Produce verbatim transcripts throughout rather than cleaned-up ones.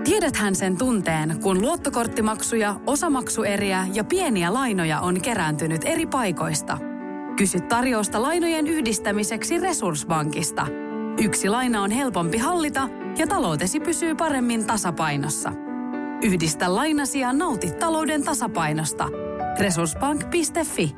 Tiedäthän sen tunteen, kun luottokorttimaksuja, osamaksueriä ja pieniä lainoja on kerääntynyt eri paikoista. Kysy tarjousta lainojen yhdistämiseksi Resurssbankista. Yksi laina on helpompi hallita ja taloutesi pysyy paremmin tasapainossa. Yhdistä lainasi ja nauti talouden tasapainosta. Resurssbank piste fi.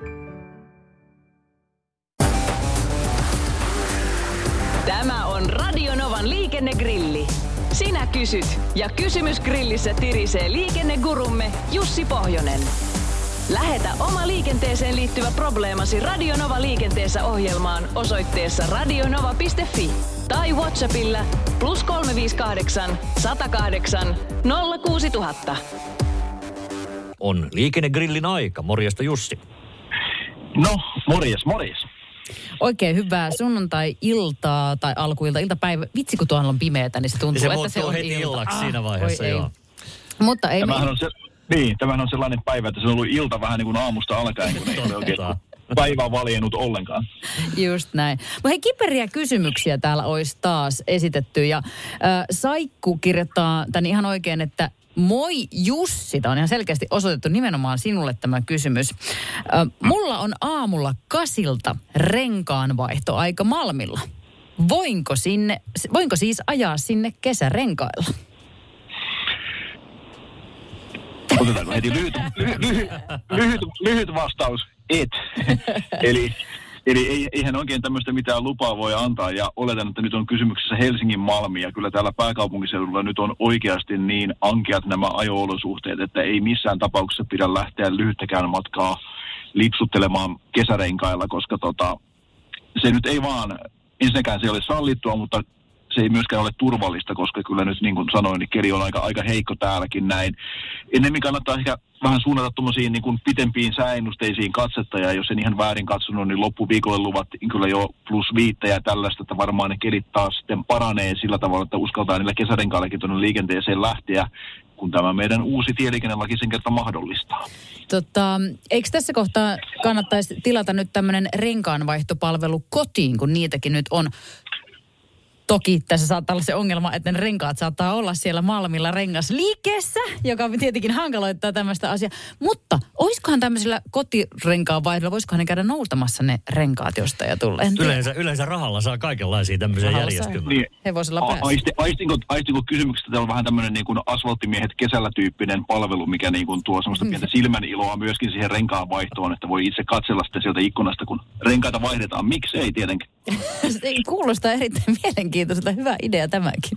Tämä on Radio Novan liikennegrilli. Sinä kysyt ja kysymys grillissä tirisee liikennegurumme Jussi Pohjonen. Lähetä oma liikenteeseen liittyvä probleemasi Radio Nova liikenteessä ohjelmaan osoitteessa radionova piste fi tai WhatsAppilla plus kolme viisi kahdeksan, sata kahdeksan, nolla kuusi nolla nolla nolla. On liikennegrillin aika. Morjesta Jussi. No, morjes, morjes. Oikein hyvää sunnuntai-iltaa tai alkuilta, iltapäivä. Vitsi, kun tuolla on pimeätä, niin se tuntuu, se että se on heti ilta. illaksi ah, siinä vaiheessa, ei. joo. Mutta ei Tämähän me... on se, niin, tämähän on sellainen päivä, että se on ollut ilta vähän niin kuin aamusta alkaen, kun ei ole oikein päivää valjennut ollenkaan. Just näin. Mutta hei, kiperiä kysymyksiä täällä olisi taas esitetty. Ja äh, Saikku kirjoittaa tän ihan oikein, että moi Jussi, tämä on ihan selkeästi osoitettu nimenomaan sinulle tämä kysymys. Äh, mulla on aamulla kasilta renkaanvaihtoaika Malmilla. Voinko, sinne, voinko siis ajaa sinne kesärenkailla? Otetaanko heti lyhyt, lyhyt, lyhyt, lyhyt vastaus, et. eli eli eihän oikein tämmöistä mitään lupaa voi antaa, ja oletan, että nyt on kysymyksessä Helsingin Malmi, ja kyllä täällä pääkaupunkiseudulla nyt on oikeasti niin ankeat nämä ajo-olosuhteet, että ei missään tapauksessa pidä lähteä lyhyttäkään matkaa lipsuttelemaan kesärenkailla, koska tota, se nyt ei vaan, ensinnäkään se ei ole sallittua, mutta se ei myöskään ole turvallista, koska kyllä nyt niin kuin sanoin, niin keli on aika, aika heikko täälläkin näin. Ennemmin kannattaa ehkä vähän suunnata tuommoisiin niin kuin pitempiin sääennusteisiin katsetta, ja jos en ihan väärin katsonut, niin loppuviikolle luvat kyllä jo plus viittä ja tällaista, että varmaan ne kelit taas sitten paranee sillä tavalla, että uskaltaa niillä kesärenkaillakin tuonne liikenteeseen lähteä, kun tämä meidän uusi tieliikennelaki sen kerta mahdollistaa. Tota, eikö tässä kohtaa kannattaisi tilata nyt tämmöinen renkaanvaihtopalvelu kotiin, kun niitäkin nyt on? Toki tässä saattaa olla se ongelma, että ne renkaat saattaa olla siellä Malmilla rengasliikkeessä, joka tietenkin hankaloittaa tämmöistä asiaa. Mutta olisikohan tämmöisellä kotirenkaan vaihdolla, voisikohan ne käydä noutamassa ne renkaat jostain ja tulla? Yleensä, yleensä rahalla saa kaikenlaisia tämmöisiä järjestelmiä. Niin, hevosella päässä. Aisti, aistinko, aistinko kysymyksestä, täällä on vähän tämmöinen niin kuin asfalttimiehet kesällä tyyppinen palvelu, mikä niin kuin tuo semmoista pientä silmäniloa myöskin siihen renkaan vaihtoon, että voi itse katsella sitten sieltä ikkunasta, kun renkaita vaihdetaan. Miksi ei tietenkin? Se kuulostaa erittäin mielenkiintoiselta. Hyvä idea tämäkin.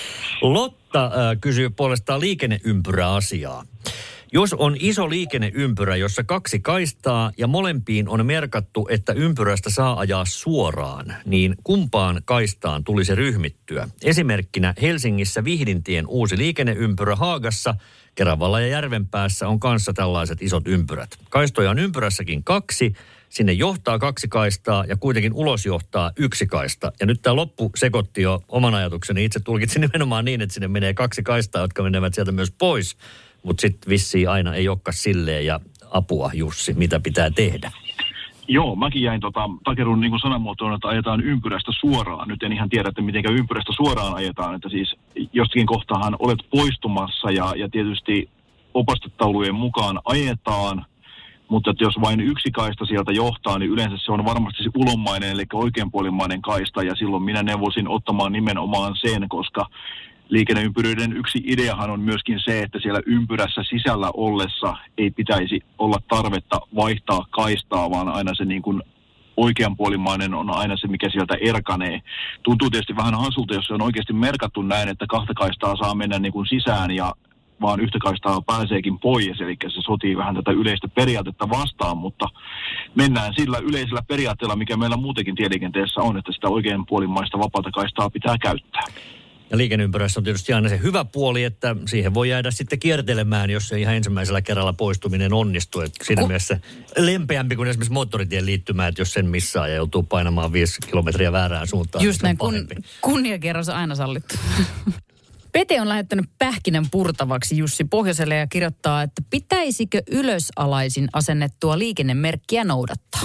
Lotta äh, kysyy puolestaan liikenneympyräasiaa. Jos on iso liikenneympyrä, jossa kaksi kaistaa ja molempiin on merkattu, että ympyrästä saa ajaa suoraan, niin kumpaan kaistaan tulisi ryhmittyä? Esimerkkinä Helsingissä Vihdintien uusi liikenneympyrä Haagassa, Keravalla ja Järvenpäässä on kanssa tällaiset isot ympyrät. Kaistoja on ympyrässäkin kaksi. Sinne johtaa kaksi kaistaa ja kuitenkin ulos johtaa yksi kaista. Ja nyt tämä loppu sekoitti jo oman ajatukseni. Itse tulkitsin nimenomaan niin, että sinne menee kaksi kaistaa, jotka menevät sieltä myös pois. Mutta sitten vissiin aina ei olekaan silleen. Ja apua, Jussi, mitä pitää tehdä? Joo, mäkin jäin tota, takerun niin kuin sanamuotoon, että ajetaan ympyrästä suoraan. Nyt en ihan tiedä, että miten ympyrästä suoraan ajetaan. Että siis jostakin kohtaahan olet poistumassa ja, ja tietysti opastetaulujen mukaan ajetaan. Mutta jos vain yksi kaista sieltä johtaa, niin yleensä se on varmasti se ulonmainen, eli oikeanpuolimainen kaista. Ja silloin minä neuvosin ottamaan nimenomaan sen, koska liikenneympyröiden yksi ideahan on myöskin se, että siellä ympyrässä sisällä ollessa ei pitäisi olla tarvetta vaihtaa kaistaa, vaan aina se niin kuin oikeanpuolimainen on aina se, mikä sieltä erkanee. Tuntuu tietysti vähän hassulta, jos se on oikeasti merkattu näin, että kahta kaistaa saa mennä niin kuin sisään ja vaan yhtä kaistaa pääseekin pois, eli se sotii vähän tätä yleistä periaatetta vastaan, mutta mennään sillä yleisellä periaatteella, mikä meillä muutenkin tieliikenteessä on, että sitä oikeanpuolimaista vapaata kaistaa pitää käyttää. Ja liikenneympyrässä on tietysti aina se hyvä puoli, että siihen voi jäädä sitten kiertelemään, jos se ihan ensimmäisellä kerralla poistuminen onnistuu. Että siinä Ku... mielessä lempeämpi kuin esimerkiksi moottoritien liittymä, että jos sen missaa ja joutuu painamaan viisi kilometriä väärään suuntaan. Just näin, kun kunniakerros on aina sallittu. Pete on lähettänyt pähkinän purtavaksi Jussi Pohjoiselle ja kirjoittaa, että pitäisikö ylösalaisin asennettua liikennemerkkiä noudattaa?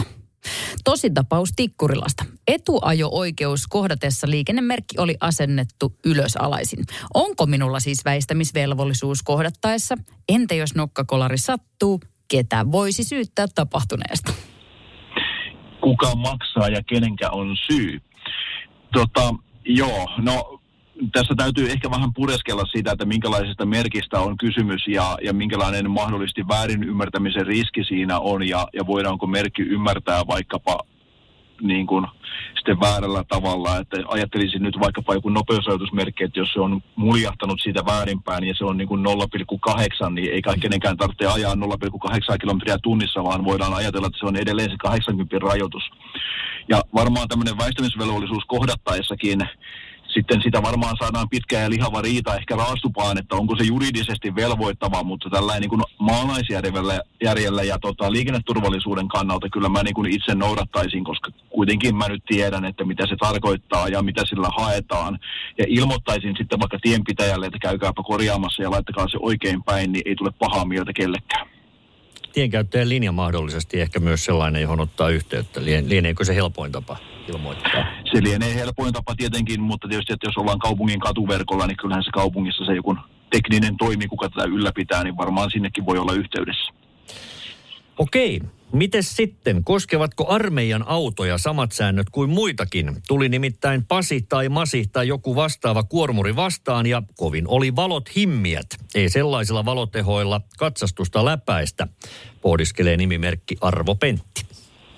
Tositapaus Tikkurilasta. Etuajo-oikeus kohdatessa liikennemerkki oli asennettu ylösalaisin. Onko minulla siis väistämisvelvollisuus kohdattaessa? Entä jos nokkakolari sattuu? Ketä voisi syyttää tapahtuneesta? Kuka maksaa ja kenenkä on syy? Tota, joo, no tässä täytyy ehkä vähän pureskella siitä, että minkälaisesta merkistä on kysymys ja, ja minkälainen mahdollisesti väärin ymmärtämisen riski siinä on ja, ja voidaanko merkki ymmärtää vaikkapa niin kuin sitten väärällä tavalla. Että ajattelisin nyt vaikkapa joku nopeusrajoitusmerkki, että jos se on muljahtanut siitä väärinpäin ja se on niin kuin nolla pilkku kahdeksan, niin ei kai kenenkään tarvitse ajaa nolla pilkku kahdeksan kilometriä tunnissa, vaan voidaan ajatella, että se on edelleen se kahdeksankymmentä rajoitus. Ja varmaan tämmöinen väistämisvelvollisuus kohdattaessakin sitten sitä varmaan saadaan pitkä ja lihava riita ehkä raastupaan, että onko se juridisesti velvoittava, mutta tällainen niin kuin maalaisjärjellä ja tota, liikenneturvallisuuden kannalta kyllä mä niin kuin itse noudattaisin, koska kuitenkin mä nyt tiedän, että mitä se tarkoittaa ja mitä sillä haetaan. Ja ilmoittaisin sitten vaikka tienpitäjälle, että käykääpä korjaamassa ja laittakaa se oikein päin, niin ei tule pahaa mieltä kellekään. Tienkäyttäjän linja mahdollisesti ehkä myös sellainen, johon ottaa yhteyttä. Lieneekö se helpoin tapa ilmoittaa? Se lienee helpoin tapa tietenkin, mutta tietysti, että jos ollaan kaupungin katuverkolla, niin kyllähän se kaupungissa se joku tekninen toimi, kuka tätä ylläpitää, niin varmaan sinnekin voi olla yhteydessä. Okei. Mites sitten? Koskevatko armeijan autoja samat säännöt kuin muitakin? Tuli nimittäin Pasi tai Masi tai joku vastaava kuormuri vastaan ja kovin oli valot himmiät. Ei sellaisilla valotehoilla katsastusta läpäistä, pohdiskelee nimimerkki Arvo Pentti.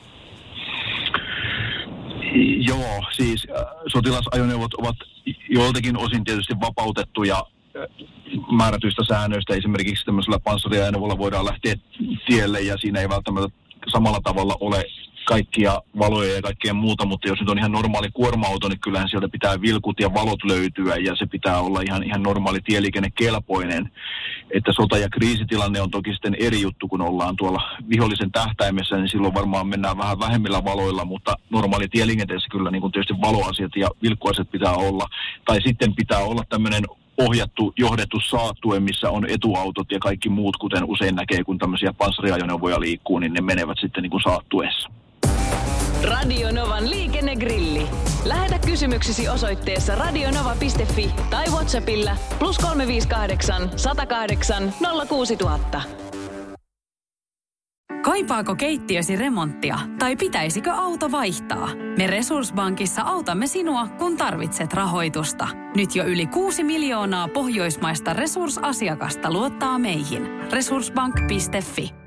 Joo, siis äh, sotilasajoneuvot ovat joiltakin osin tietysti vapautettuja äh, määrätyistä säännöistä. Esimerkiksi tämmöisellä panssariajoneuvolla voidaan lähteä tielle ja siinä ei välttämättä samalla tavalla ole kaikkia valoja ja kaikkea muuta, mutta jos nyt on ihan normaali kuorma-auto, niin kyllähän sieltä pitää vilkut ja valot löytyä ja se pitää olla ihan, ihan normaali tieliikennekelpoinen. Että sota- ja kriisitilanne on toki sitten eri juttu, kun ollaan tuolla vihollisen tähtäimessä, niin silloin varmaan mennään vähän vähemmillä valoilla, mutta normaali tieliikenteessä kyllä niin kuin tietysti valoasiat ja vilkkuasiat pitää olla. Tai sitten pitää olla tämmöinen ohjattu, johdettu saattue, missä on etuautot ja kaikki muut, kuten usein näkee, kun tämmöisiä panssariajoneuvoja liikkuu, niin ne menevät sitten niin kuin saattuessa. Radio Novan liikennegrilli. Lähetä kysymyksesi osoitteessa radionova piste fi tai WhatsAppilla plus kolme viisi kahdeksan, sata kahdeksan, nolla kuusi tuhatta. Kaipaako keittiösi remonttia tai pitäisikö auto vaihtaa? Me Resurssbankissa autamme sinua, kun tarvitset rahoitusta. Nyt jo yli kuusi miljoonaa pohjoismaista resursasiakasta luottaa meihin. resurssbank piste fi